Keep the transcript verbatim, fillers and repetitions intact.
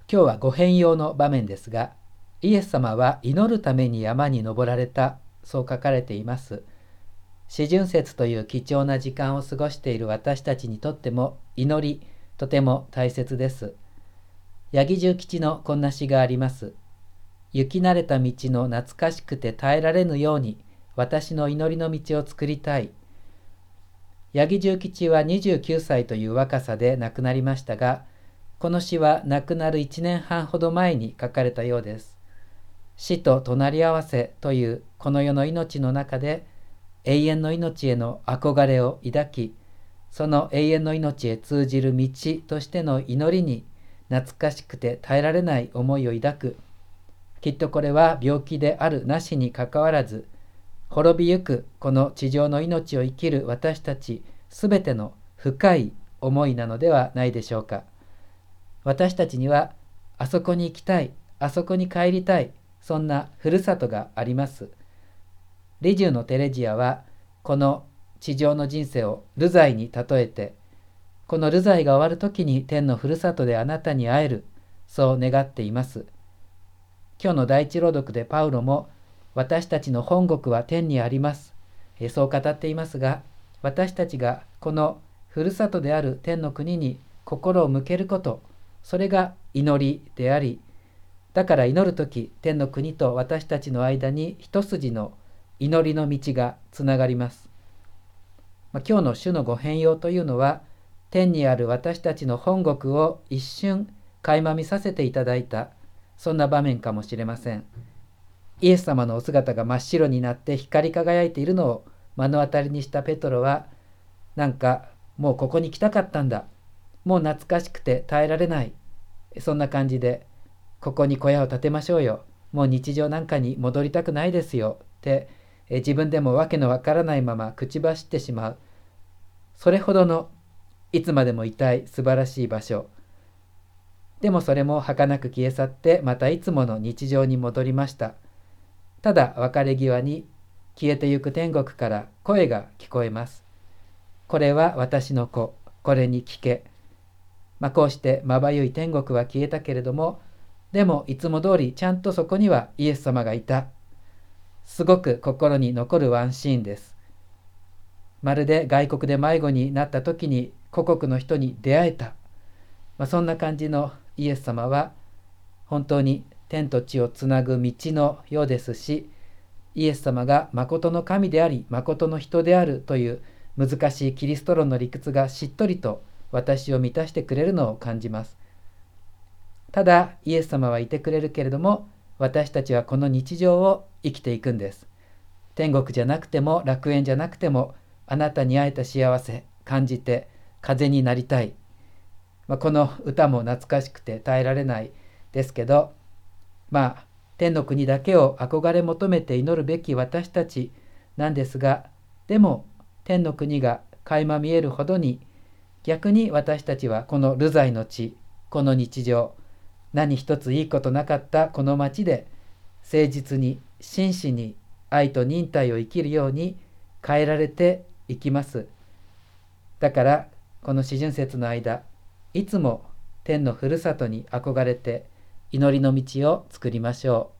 今日はご変容の場面ですが、イエス様は祈るために山に登られた、そう書かれています。四旬節という貴重な時間を過ごしている私たちにとっても祈り、とても大切です。八木重吉のこんな詩があります。行き慣れた道の懐かしくて耐えられぬように、私の祈りの道を作りたい。八木重吉はにじゅうきゅうさいという若さで亡くなりましたが、この詩は亡くなるいちねんはんほど前に書かれたようです。死と隣り合わせというこの世の命の中で、永遠の命への憧れを抱き、その永遠の命へ通じる道としての祈りに懐かしくて耐えられない思いを抱く。きっとこれは病気であるなしにかかわらず、滅びゆくこの地上の命を生きる私たちすべての深い思いなのではないでしょうか。私たちにはあそこに行きたい、あそこに帰りたい、そんなふるさとがあります。リジュのテレジアはこの地上の人生を流罪に例えて、この流罪が終わるときに天のふるさとであなたに会える、そう願っています。今日の第一朗読でパウロも、私たちの本国は天にあります、そう語っていますが、私たちがこのふるさとである天の国に心を向けること、それが祈りであり、だから祈るとき、天の国と私たちの間に一筋の祈りの道がつながります。まあ、今日の主のご変容というのは、天にある私たちの本国を一瞬垣間見させていただいた、そんな場面かもしれません。イエス様のお姿が真っ白になって光り輝いているのを目の当たりにしたペトロは、なんかもうここに来たかったんだ、もう懐かしくて耐えられない、そんな感じで、ここに小屋を建てましょうよ、もう日常なんかに戻りたくないですよってえ自分でもわけのわからないまま口走ってしまう。それほどのいつまでもいたい素晴らしい場所。でもそれも儚く消え去ってまたいつもの日常に戻りました。ただ別れ際に消えてゆく天国から声が聞こえます。これは私の子、これに聞け。まあ、こうしてまばゆい天国は消えたけれども、でもいつも通りちゃんとそこにはイエス様がいた。すごく心に残るワンシーンです。まるで外国で迷子になった時に故国の人に出会えた。まあ、そんな感じのイエス様は本当に天と地をつなぐ道のようですし、イエス様が誠の神であり誠の人であるという難しいキリスト論の理屈がしっとりと私を満たしてくれるのを感じます。ただイエス様はいてくれるけれども、私たちはこの日常を生きていくんです。天国じゃなくても楽園じゃなくても、あなたに会えた幸せ感じて風になりたい。まあ、この歌も懐かしくて耐えられないですけど、まあ天の国だけを憧れ求めて祈るべき私たちなんですが、でも天の国が垣間見えるほどに、逆に私たちはこの流罪の地、この日常、何一ついいことなかったこの町で誠実に真摯に愛と忍耐を生きるように変えられていきます。だからこの四旬節の間、いつも天のふるさとに憧れて祈りの道を作りましょう。